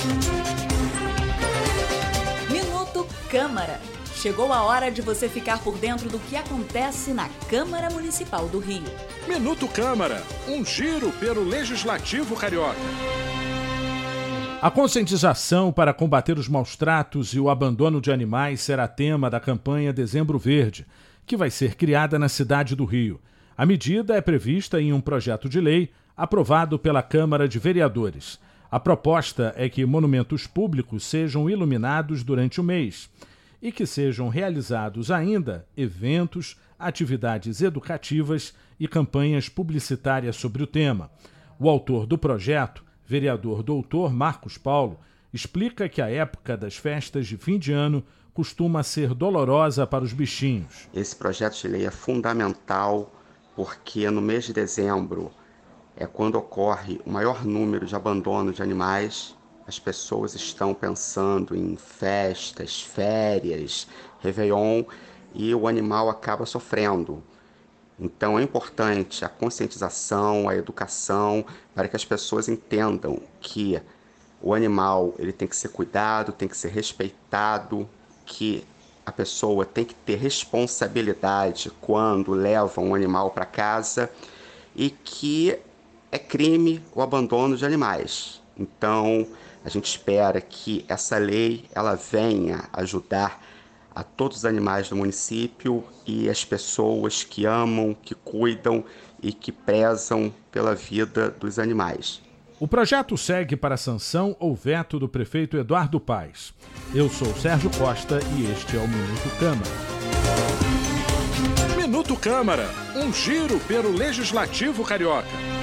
Minuto Câmara. Chegou a hora de você ficar por dentro do que acontece na Câmara Municipal do Rio. Minuto Câmara, um giro pelo Legislativo Carioca. A conscientização para combater os maus-tratos e o abandono de animais será tema da campanha Dezembro Verde, que vai ser criada na cidade do Rio. A medida é prevista em um projeto de lei aprovado pela Câmara de Vereadores. A proposta é que monumentos públicos sejam iluminados durante o mês e que sejam realizados ainda eventos, atividades educativas e campanhas publicitárias sobre o tema. O autor do projeto, vereador doutor Marcos Paulo, explica que a época das festas de fim de ano costuma ser dolorosa para os bichinhos. Esse projeto de lei é fundamental porque no mês de dezembro é quando ocorre o maior número de abandono de animais. As pessoas estão pensando em festas, férias, Réveillon, e o animal acaba sofrendo. Então é importante a conscientização, a educação, para que as pessoas entendam que o animal ele tem que ser cuidado, tem que ser respeitado, que a pessoa tem que ter responsabilidade quando leva um animal para casa e que é crime o abandono de animais. Então a gente espera que essa lei ela venha ajudar a todos os animais do município e as pessoas que amam, que cuidam e que prezam pela vida dos animais. O projeto segue para sanção ou veto do prefeito Eduardo Paes. Eu sou Sérgio Costa e este é o Minuto Câmara. Minuto Câmara, um giro pelo Legislativo Carioca.